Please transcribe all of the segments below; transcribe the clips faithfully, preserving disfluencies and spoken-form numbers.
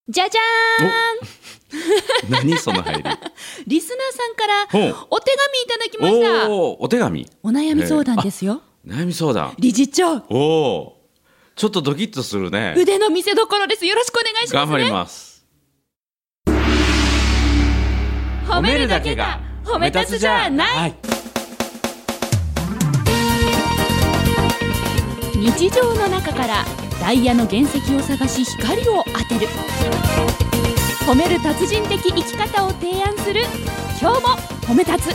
じゃじゃーん何その入りリスナーさんからお手紙いただきました。 おお手紙、 お悩み相談ですよ、 えー、悩み相談。 理事長、 おおちょっとドキッとするね。 腕の見せ所です。よろしくお願いしますね。 頑張ります。 褒めるだけが褒め立つじゃない、はい、日常の中からダイヤの原石を探し光を当てる、褒める達人的生き方を提案する、今日も褒め立つ。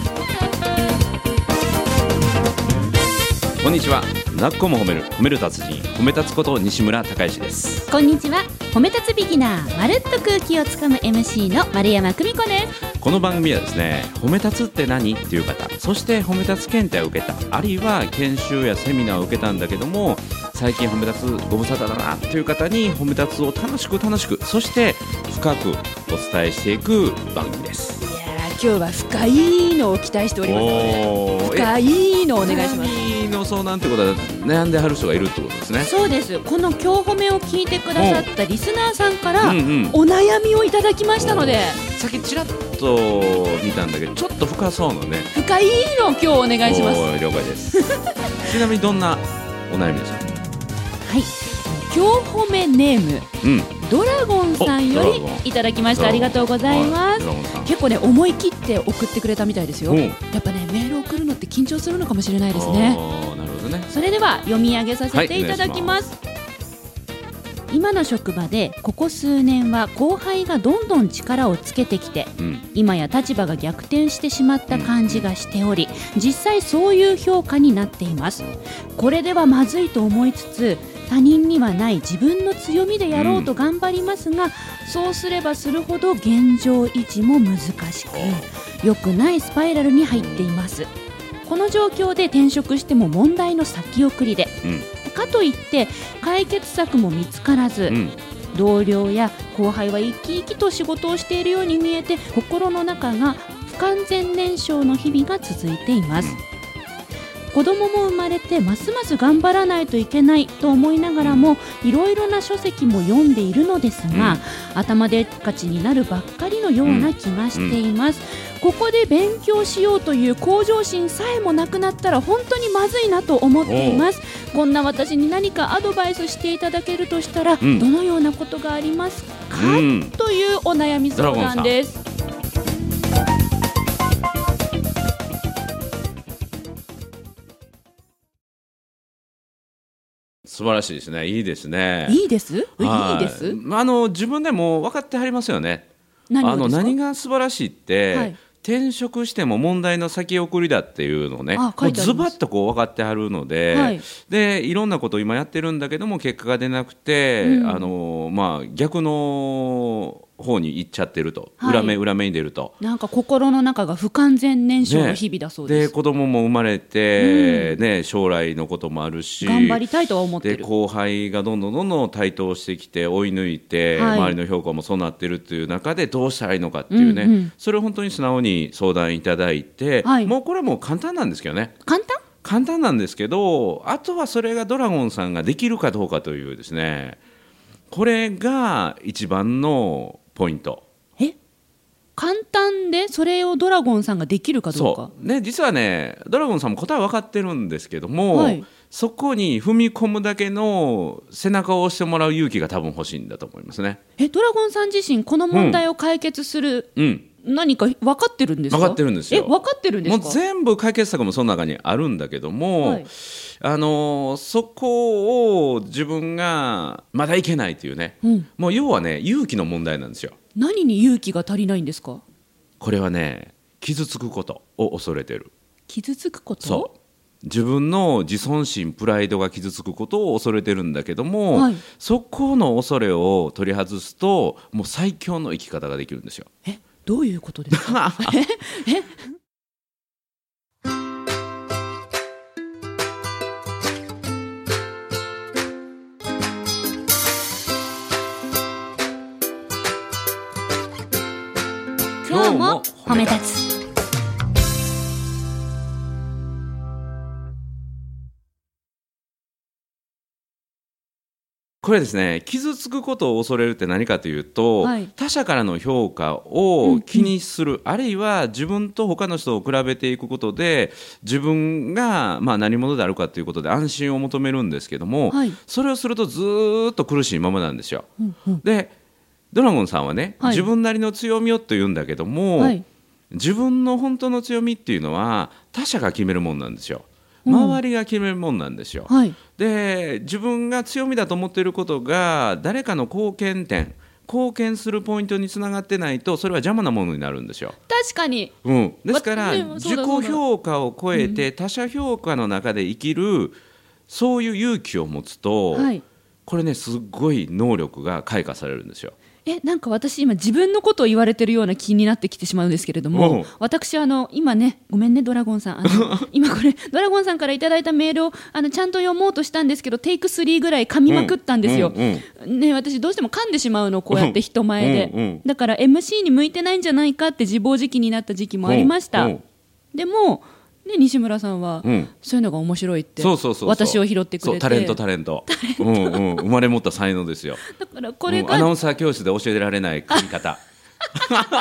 こんにちは。なっこも褒める褒める達人、褒め立つこと西村孝之です。 こんにちは。褒め立つビギナー、まるっと空気をつかむ エムシー の丸山久美子です。 この番組はですね、褒め立つって何っていう方、そして褒め立つ検定を受けた、あるいは研修やセミナーを受けたんだけども、最近褒め立つご無沙汰だなという方に、褒め立つを楽しく楽しく、そして深くお伝えしていく番組です。 いや今日は深いのを期待しておりますので、深いのをお願いします。 深いの相談ってことは悩んではる人がいるってことですね。 そうです。この今日褒めを聞いてくださったリスナーさんからお悩みをいただきましたので、 さっきちらっと見たんだけど、ちょっと深そうなね、 深いのを今日お願いします。 了解ですちなみにどんなお悩みですか？ はい、今日褒めネーム、うん、ドラゴンさんよりいただきました。ありがとうございます。結構ね、思い切って送ってくれたみたいですよ。やっぱね、メール送るのって緊張するのかもしれないですね。 なるほどね。 それでは読み上げさせていただきます。はい、今の職場でここ数年は後輩がどんどん力をつけてきて、うん、今や立場が逆転してしまった感じがしており、実際そういう評価になっています。これではまずいと思いつつ、他人にはない自分の強みでやろうと頑張りますが、うん、そうすればするほど現状維持も難しく、良くないスパイラルに入っています。この状況で転職しても問題の先送りで、うん、かといって解決策も見つからず、うん、同僚や後輩は生き生きと仕事をしているように見えて、心の中が不完全燃焼の日々が続いています。子供も生まれてますます頑張らないといけないと思いながらも、いろいろな書籍も読んでいるのですが、うん、頭でっかちになるばっかりのような気がしています。うん、ここで勉強しようという向上心さえもなくなったら本当にまずいなと思っています。こんな私に何かアドバイスしていただけるとしたら、うん、どのようなことがありますか、うん、というお悩み相談です。 素晴らしいですね。いいですね。 いいです。いいです。 あの自分でも分かってはりますよね。 何あの何が素晴らしいって、はい、転職しても問題の先送りだっていうのをね、もうズバッとこう分かってはるので、はい、でいろんなことを今やってるんだけども結果が出なくて、うん、あのまあ、逆の方に行っちゃってると、はい、裏目裏目に出ると、 なんか心の中が不完全燃焼の日々だそうです。 ね、で子供も生まれて、うんね、将来のこともあるし、 頑張りたいとは思ってる。 で後輩がどんどんどんどん台頭してきて追い抜いて、はい、周りの評価もそうなってるっていう中でどうしたらいいのかっていうね、うんうん、それを本当に素直に相談いただいて、はい、もうこれも簡単なんですけどね。 簡単簡単なんですけど、あとはそれがドラゴンさんができるかどうかというですね、これが一番のポイント。 え簡単でそれをドラゴンさんができるかどうか。 そう、ね、実はねドラゴンさんも答え分かってるんですけども、はい、そこに踏み込むだけの背中を押してもらう勇気が多分欲しいんだと思いますね。 えドラゴンさん自身この問題を解決する、うんうん何か分かってるんですか？ 分かってるんですよ。 え分かってるんですか？ もう全部解決策もその中にあるんだけども、はい、あのそこを自分がまだいけないというね、うん、もう要はね勇気の問題なんですよ。 何に勇気が足りないんですか？ これはね傷つくことを恐れてる。 傷つくこと？ そう自分の自尊心プライドが傷つくことを恐れてるんだけども、はい、そこの恐れを取り外すともう最強の生き方ができるんですよ。 えどういうことですか？ええ今日も褒め立つ。 これですね、傷つくことを恐れるって何かというと、はい、他者からの評価を気にする、うんうん、あるいは自分と他の人を比べていくことで自分がまあ何者であるかということで安心を求めるんですけども、はい、それをするとずっと苦しいままなんですよ、うんうん、でドラゴンさんはね、はい、自分なりの強みをと言うんだけども、はい、自分の本当の強みっていうのは他者が決めるもんなんですよ。周りが決めるもんなんですよ、うんはい、で自分が強みだと思っていることが誰かの貢献点貢献するポイントにつながってないとそれは邪魔なものになるんですよ。 確かに、 うん、ですから自己評価を超えて他者評価の中で生きるそういう勇気を持つと、はい、これねすっごい能力が開花されるんですよ。 えなんか私今自分のことを言われてるような気になってきてしまうんですけれども、私あの今ねごめんねドラゴンさんあの今これドラゴンさんからいただいたメールをあのちゃんと読もうとしたんですけどテイクスリーぐらい噛みまくったんですよ、うんうんね、私どうしても噛んでしまうのこうやって人前で、うんうん、だから エムシー に向いてないんじゃないかって自暴自棄になった時期もありました、うんうん、でもで西村さんは、うん、そういうのが面白いってそうそうそうそう私を拾ってくれてそうタレントタレント、タレントうんうん、生まれ持った才能ですよ。 だからこれが、 うん、アナウンサー教室で教えられない噛み方アナウンサ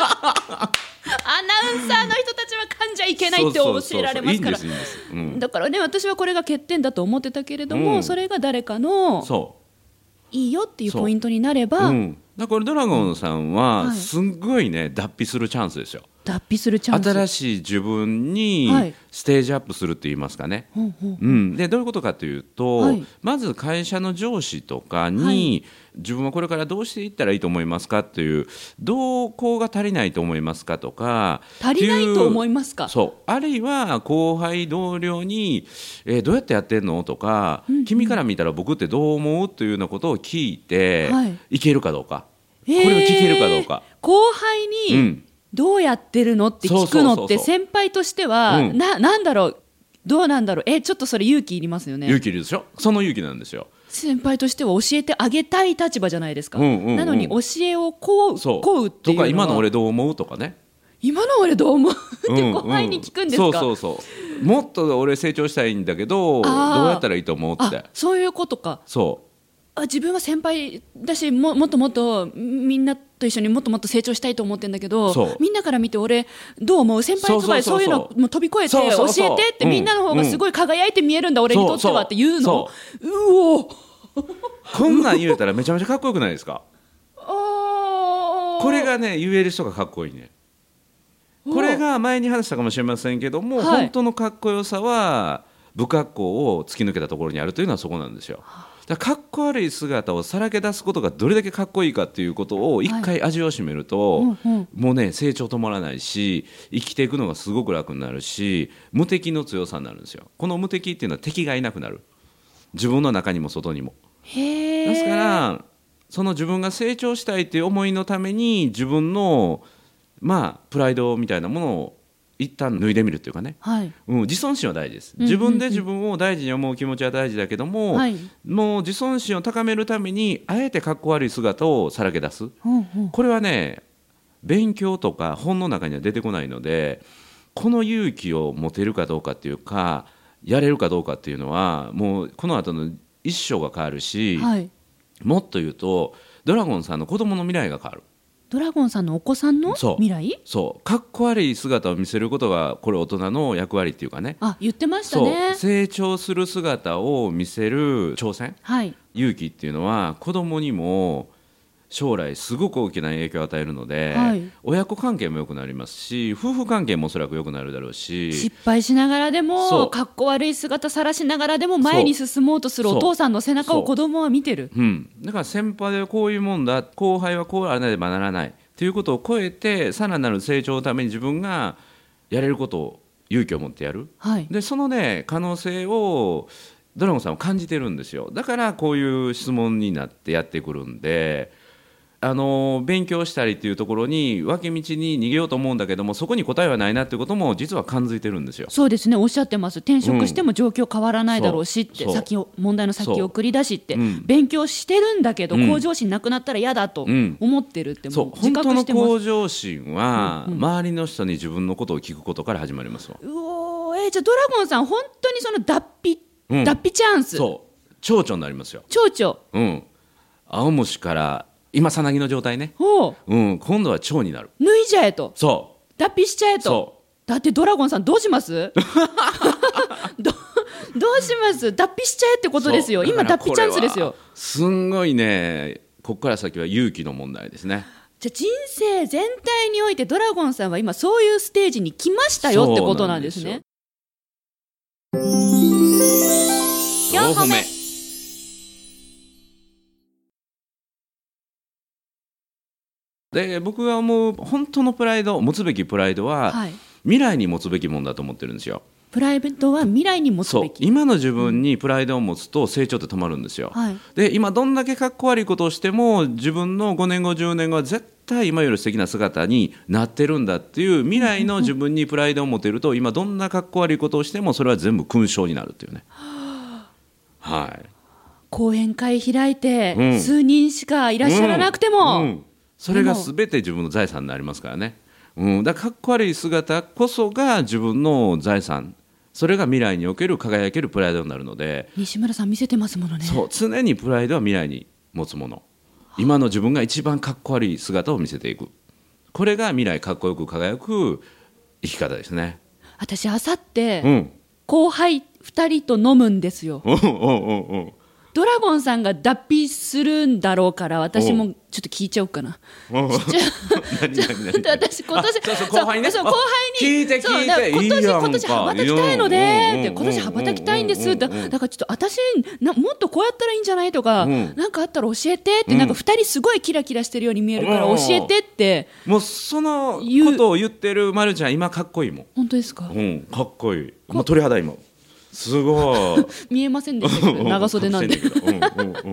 ーの人たちは噛んじゃいけないって教えられますからだからね私はこれが欠点だと思ってたけれども、うん、それが誰かのそういいよっていうポイントになれば、うん、 だからドラゴンさんはすんごいね脱皮するチャンスですよ。 脱皮するチャンス新しい自分にステージアップするって言いますかね、はいうん、でどういうことかというと、はい、まず会社の上司とかに、はい、自分はこれからどうしていったらいいと思いますかっていうどこが足りないと思いますかとか足りないと思いますかそうあるいは後輩同僚に、えー、どうやってやってんのとか、うんうん、君から見たら僕ってどう思うというようなことを聞いて、はい、いけるかどうか、えー、これを聞けるかどうか後輩に、うんどうやってるのって聞くのって先輩としては、うん、な, なんだろうどうなんだろうえちょっとそれ勇気いりますよね。 勇気いるでしょ。その勇気なんですよ。 先輩としては教えてあげたい立場じゃないですか、うんうんうん、なのに教えをこうこうっていうのはとか今の俺どう思うとかね今の俺どう思うって後輩に聞くんですか、うんうん、 そうそうそうもっと俺成長したいんだけどどうやったらいいと思うってあそういうことか。 そうあ自分は先輩だし も, もっともっとみんなと一緒にもっともっと成長したいと思ってるんだけどみんなから見て俺どう思う先輩とかそういうのも飛び越えて教えてってみんなの方がすごい輝いて見えるんだ、うん、俺にとってはって言うのうおこんなん言えたらめちゃめちゃかっこよくないですかこれがね言える人がかっこいいね。これが前に話したかもしれませんけども、はい、本当のかっこよさは不格好を突き抜けたところにあるというのはそこなんですよ。だからかっこ悪い姿をさらけ出すことがどれだけかっこいいかっていうことを一回味を占めると、はいうんうん、もうね成長止まらないし生きていくのがすごく楽になるし無敵の強さになるんですよ。この無敵っていうのは敵がいなくなる自分の中にも外にも。 へですからその自分が成長したいっていう思いのために自分のまあプライドみたいなものを一旦脱いでみるっていうかね、はいうん、自尊心は大事です、うんうんうん、自分で自分を大事に思う気持ちは大事だけども、はい、もう自尊心を高めるためにあえてかっこ悪い姿をさらけ出す、うんうん、これはね勉強とか本の中には出てこないのでこの勇気を持てるかどうかっていうかやれるかどうかっていうのはもうこの後の一生が変わるし、はい、もっと言うとドラゴンさんの子供の未来が変わる。 ドラゴンさんのお子さんの未来？ そう、そうかっこ悪い姿を見せることがこれ大人の役割っていうかね。 あ、言ってましたね。 そう成長する姿を見せる挑戦、はい、勇気っていうのは子供にも将来すごく大きな影響を与えるので、はい、親子関係も良くなりますし夫婦関係もおそらく良くなるだろうし失敗しながらでもかっこ悪い姿さらしながらでも前に進もうとするお父さんの背中を子供は見てる、 うん、だから先輩はこういうもんだ後輩はこうあらねばならないということを超えてさらなる成長のために自分がやれることを勇気を持ってやる、はい、でそのね可能性をドラゴンさんは感じてるんですよ。だからこういう質問になってやってくるんであの勉強したりっていうところに脇道に逃げようと思うんだけどもそこに答えはないなっていうことも実は感づいてるんですよ。 そうですねおっしゃってます。転職しても状況変わらないだろうしって、うん、先を問題の先を送り出しって、うん、勉強してるんだけど、うん、向上心なくなったら嫌だと思ってるってもう自覚してます。 本当の向上心は、うんうん、周りの人に自分のことを聞くことから始まりますわ。 うおー、えー、じゃあドラゴンさん本当にその脱皮、うん、脱皮チャンスそう蝶々になりますよ。 蝶々、 うん、青虫から今さなぎの状態ね、うん、今度は蝶になる。 脱いじゃえと。 そう脱皮しちゃえと。そうだってドラゴンさんどうしますど, どうします脱皮しちゃえってことですよ。今脱皮チャンスですよ。 すんごいね、ここから先は勇気の問題ですね。 じゃあ人生全体においてドラゴンさんは今そういうステージに来ましたよってことなんですね。よんほめ。 で僕が思う本当のプライド、持つべきプライドは、はい、未来に持つべきものだと思ってるんですよ。 プライドは未来に持つべき。 そう、今の自分にプライドを持つと成長って止まるんですよ、はい、で今どんだけかっこ悪いことをしても自分のごねんごじゅうねんごは絶対今より素敵な姿になってるんだっていう未来の自分にプライドを持てると今どんなかっこ悪いことをしてもそれは全部勲章になるっていうね、はい、 講演会開いて、うん、数人しかいらっしゃらなくても、うんうん、 それが全て自分の財産になりますからね、うん、だからかっこ悪い姿こそが自分の財産、それが未来における輝けるプライドになるので。 西村さん見せてますものね。 そう、常にプライドは未来に持つもの、今の自分が一番かっこ悪い姿を見せていく、これが未来かっこよく輝く生き方ですね。 私あさって、うん、後輩ふたりと飲むんですよ。 おうおうおうおう、 ドラゴンさんが脱皮するんだろうから私もちょっと聞いちゃおうかな。 何何何私今年そうそう後輩ね、 そう後輩に聞いて聞いて、 今年いいやんか、 今年羽ばたきたいのでって今年羽ばたきたいんですって、だからちょっと私なもっとこうやったらいいんじゃないとか、うん、なんかあったら教えてって、うん、なんかふたりすごいキラキラしてるように見えるから教えてって、 もうそのことを言ってるまるちゃん今かっこいいもん。 本当ですか？ うん、かっこいい。もう鳥肌今すごい見えませんでしたけど長袖なんでうんうん、うん、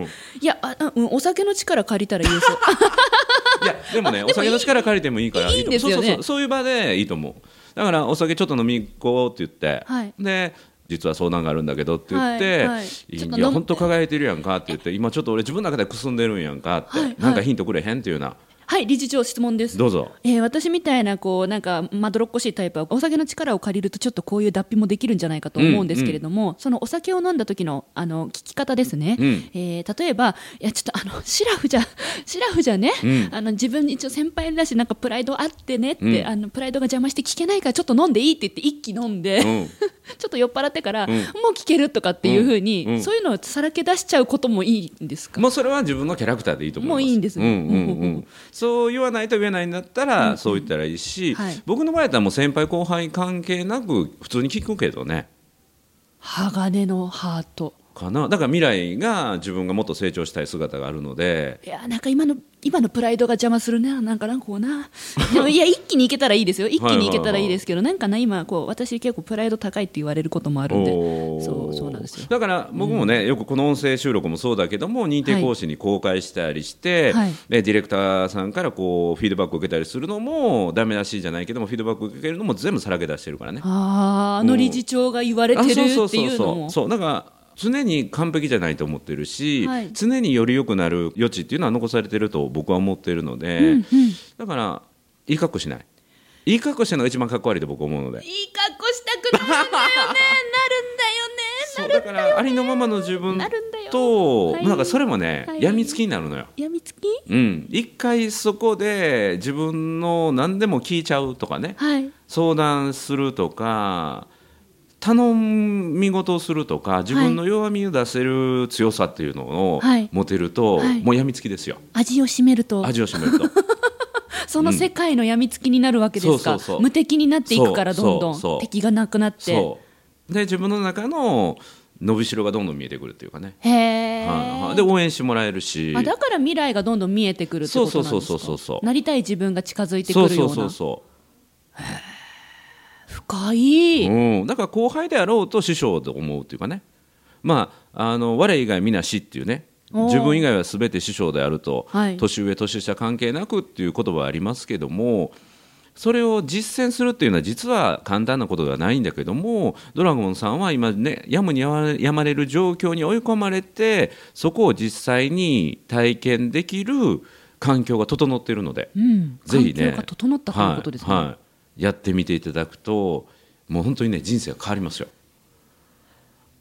いやあ、うん、お酒の力借りたらいいですよいやでもねお酒の力借りてもいいからいいんですよね。 そうそうそう、そういう場でいいと思う。だからお酒ちょっと飲み行こうって言って、はい、で実は相談があるんだけどって言って、はいはい、いや本当輝いてるやんかって言って今ちょっと俺自分の中でくすんでるんやんかって、はいはい、なんかヒントくれへんっていうな。 はい、理事長質問です。 どうぞ。 えー、私みたいなこうなんかまどろっこしいタイプはお酒の力を借りるとちょっとこういう脱皮もできるんじゃないかと思うんですけれども、うんうん、そのお酒を飲んだ時のあの聞き方ですね、うん、えー、例えばいやちょっとあのシラフじゃシラフじゃね、うん、あの自分一応先輩だしなんかプライドあってねって、うん、あのプライドが邪魔して聞けないからちょっと飲んでいいって言って一気飲んで、うん、ちょっと酔っ払ってから、うん、もう聞けるとかっていう風に、うんうん、そういうのをさらけ出しちゃうこともいいんですか？ もうそれは自分のキャラクターでいいと思います。 もういいんですね、うんうんうん、 そう言わないと言えないんだったら、うんうん、そう言ったらいいし、はい、僕の場合だったらもう先輩後輩関係なく普通に聞くけどね。 鋼のハートかな。だから未来が自分がもっと成長したい姿があるので、 いやなんか今の今のプライドが邪魔するね。なんかなんかこうなでもいや一気にいけたらいいですよ。一気にいけたらいいですけど、はいはいはい、なんかな今こう私結構プライド高いって言われることもあるんで、そうそうなんですよ。 だから僕もね、うん、よくこの音声収録もそうだけども認定講師に公開したりして、はい、でディレクターさんからこうフィードバックを受けたりするのもダメ出しじゃないけどもフィードバックを受けるのも全部さらけ出してるからね。 ああの理事長が言われてるっていうのもそうだから常に完璧じゃないと思ってるし、はい、常により良くなる余地っていうのは残されてると僕は思っているので、うんうん、だからいい格好しない、いい格好してるのが一番かっこ悪いと僕は思うので、 いい格好したくなるんだよねなるんだよねそうだからありのままの自分と、はい、なんかそれもね、はい、病みつきになるのよ。 病みつき、 うん、一回そこで自分の何でも聞いちゃうとかね、はい、相談するとか頼み事をするとか自分の弱みを出せる強さっていうのを持てると、はいはい、もう病みつきですよ。 味を占めると味を占めるとその世界の病みつきになるわけですか、うん、そうそうそう無敵になっていくからどんどんそうそう敵がなくなってそうで自分の中の伸びしろがどんどん見えてくるっていうかね。 へー、 はあ、で応援してもらえるし、 あだから未来がどんどん見えてくるってことなんですか。 そうそうそうそうそうなりたい自分が近づいてくるような。 そうそうそうそうへー深い、 うん、だから後輩であろうと師匠と思うというかね、まあ、あの我以外皆師っていうね自分以外は全て師匠であると、はい、年上年下関係なくっていう言葉はありますけどもそれを実践するっていうのは実は簡単なことではないんだけどもドラゴンさんは今ねやむにやまれる状況に追い込まれてそこを実際に体験できる環境が整っているので、 うん、 ぜひね環境が整ったということですね、 はいはいやってみていただくともう本当にね人生が変わりますよ。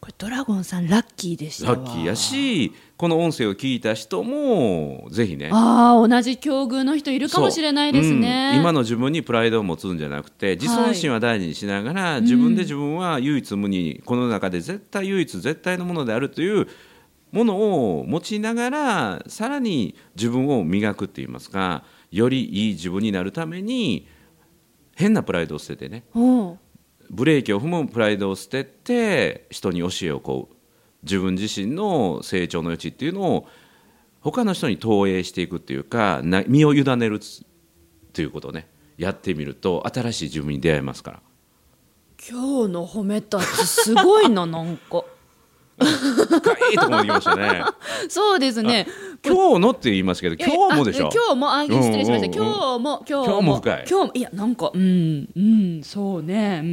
これドラゴンさんラッキーでしたわ。 ラッキーやし、この音声を聞いた人もぜひね、 ああ同じ境遇の人いるかもしれないですね、 うん、今の自分にプライドを持つんじゃなくて自尊心は大事にしながら、はい、自分で自分は唯一無二、この中で絶対唯一絶対のものであるというものを持ちながらさらに自分を磨くっていいますか、よりいい自分になるために変なプライドを捨ててね、ブレーキを踏むプライドを捨てて人に教えをこう自分自身の成長の余地っていうのを他の人に投影していくっていうか、身を委ねるっていうことをねやってみると新しい自分に出会えますから。 今日の褒め立つすごいななんか深いところまで来ましたねそうですね。 今日のって言いますけど今日もでしょ。 今日もあ失礼しました、うんうんうん、今日も今日も今日も深い。 今日もいやなんかうんうんそうねうん。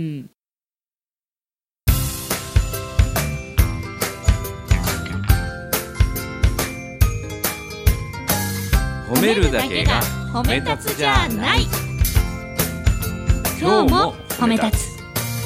褒めるだけが褒め立つじゃない。今日も褒め立つ。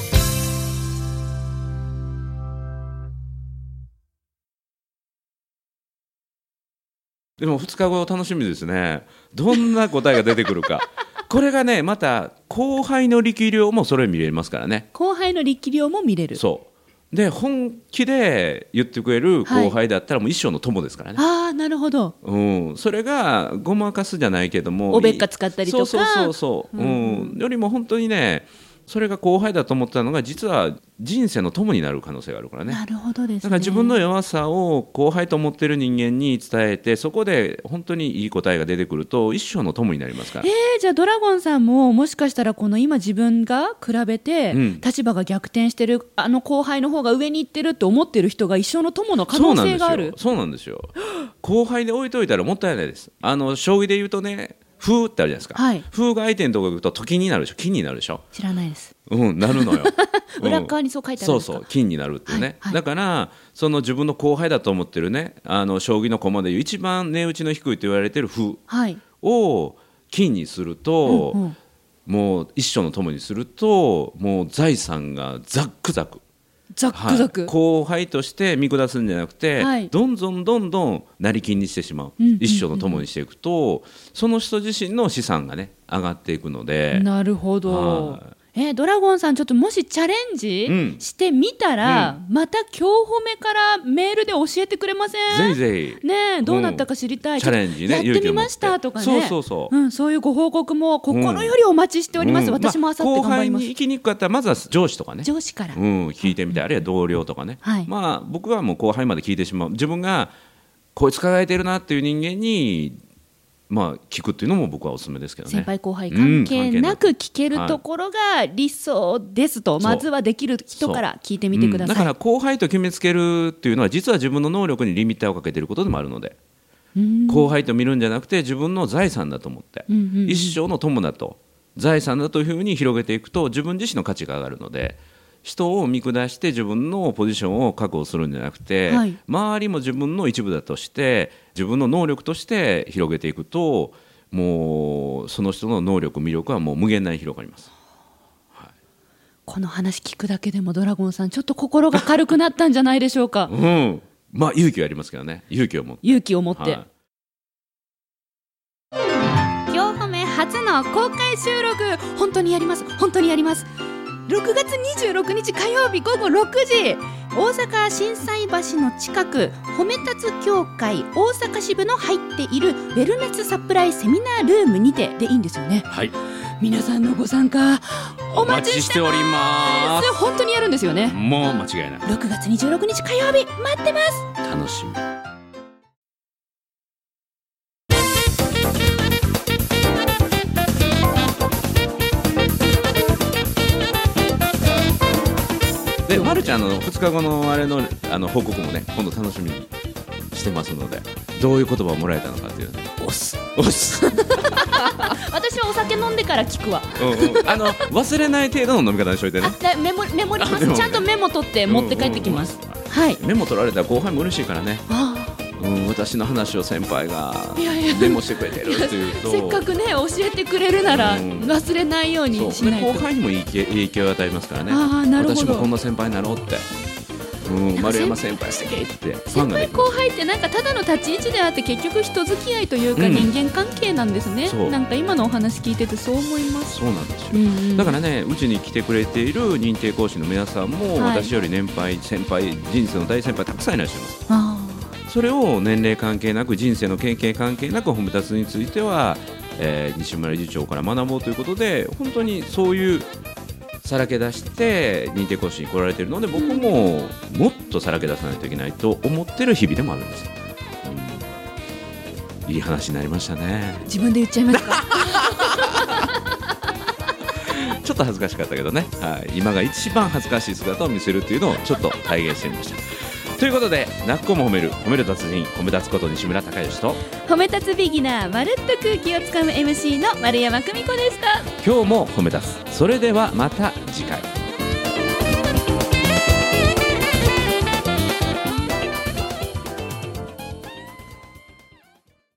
でもふつかご楽しみですね。どんな答えが出てくるかこれがねまた後輩の力量もそれ見れますからね。 後輩の力量も見れる。 そうで本気で言ってくれる後輩だったらもう一生の友ですからね、 はい、ああなるほど、 うん、それがごまかすじゃないけどもおべっか使ったりとかそうそうそうそう、うんうん、よりも本当にねそれが後輩だと思ったのが実は人生の友になる可能性があるからね。 なるほどですね。 だから自分の弱さを後輩と思ってる人間に伝えてそこで本当にいい答えが出てくると一生の友になりますから。 えー、じゃあドラゴンさんももしかしたらこの今自分が比べて立場が逆転してる、うん、あの後輩の方が上に行ってるって思ってる人が一生の友の可能性がある。 そうなんですよ。そうなんですよ後輩で置いといたらもったいないです。あの将棋で言うとね風ってあるじゃないですか、はい、風が相手のところに行くと時になるでしょ金になるでしょ。 知らないです。 うんなるのよ裏側にそう書いてあるんですか。 そうそう金になるっていうね、 はいはい、 だからその自分の後輩だと思ってるねあの将棋の駒でいう一番値打ちの低いと言われてる風を金にすると、はいうんうん、もう一生の友にするともう財産がザックザクザックザク、 はい、後輩として見下すんじゃなくて、はい、どんどんどんどん成金にしてしまう、うんうんうん、一生の友にしていくとその人自身の資産がね上がっていくので。 なるほど、はいえー、ドラゴンさんちょっともしチャレンジしてみたら、うん、また今日褒めからメールで教えてくれません？ ぜひぜひ、 ね、どうなったか知りたい、うん、 チャレンジねやってみましたとかね、 そうそうそう、 うん、そういうご報告も心よりお待ちしております、うん、私もあさって頑張ります、まあ、後輩に行きにくかったらまずは上司とかね上司から、 うん、聞いてみて、うん、あるいは同僚とかね、はい、まあ僕はもう後輩まで聞いてしまう。自分がこいつ輝いてるなっていう人間にまあ、聞くっていうのも僕はおすすめですけどね。 先輩後輩関係なく聞けるところが理想ですと、はい、まずはできる人から聞いてみてください、うん、だから後輩と決めつけるっていうのは実は自分の能力にリミッターをかけていることでもあるので、うん、後輩と見るんじゃなくて自分の財産だと思って、うんうんうん、一生の友だと財産だというふうに広げていくと自分自身の価値が上がるので、人を見下して自分のポジションを確保するんじゃなくて、はい、周りも自分の一部だとして自分の能力として広げていくともうその人の能力魅力はもう無限大に広がります、はい、 この話聞くだけでもドラゴンさんちょっと心が軽くなったんじゃないでしょうか、 うん、まあ勇気はありますけどね。勇気を持って勇気を持って、はい 、今日褒め初の公開収録本当にやります本当にやります。ろくがつにじゅうろくにち火曜日ごごろくじ大阪心斎橋の近く褒め立つ協会大阪支部の入っているウェルネスサプライセミナールームにてでいいんですよね。 はい、 皆さんのご参加お待ちしております。本当にやるんですよね。 もう間違いない。 ろくがつにじゅうろくにち火曜日待ってます。 楽しみ。でまるちゃんのふつかごのあれの、あの報告もね今度楽しみにしてますので、どういう言葉をもらえたのかっていうね。 おすおす私はお酒飲んでから聞くわ、 うんうん、あの忘れない程度の飲み方にしといてね。 メモ、メモります。ちゃんとメモ取って持って帰ってきます、うんうんうん、はい。 メモ取られたら後輩も嬉しいからね。あうん、私の話を先輩がメモしてくれてるっていうとせっかくね教えてくれるなら忘れないようにしないと、 後輩にもいい影響を与えますからね。 あなるほど。 私もこんな先輩になろうってうん、丸山先輩素敵って先輩後輩ってなんかただの立ち位置であって結局人付き合いというか人間関係なんですね、うん、なんか今のお話聞いててそう思います。 そうなんですよ、うんうん、だからねうちに来てくれている認定講師の皆さんも、はい、私より年配先輩人生の大先輩たくさんいらっしゃいます。あそれを年齢関係なく人生の経験関係なく褒め立つについては、えー、西村理事長から学ぼうということで本当にそういうさらけ出して認定講師に来られているので僕ももっとさらけ出さないといけないと思ってる日々でもあるんです、うん、いい話になりましたね。 自分で言っちゃいますかちょっと恥ずかしかったけどね、はい、今が一番恥ずかしい姿を見せるっていうのをちょっと体現してみましたということで泣く子も褒める褒める達人褒め立つこと西村孝之と褒め立つビギナーまるっと空気をつかむ エムシー の丸山久美子でした。 今日も褒め立つ。それではまた次回。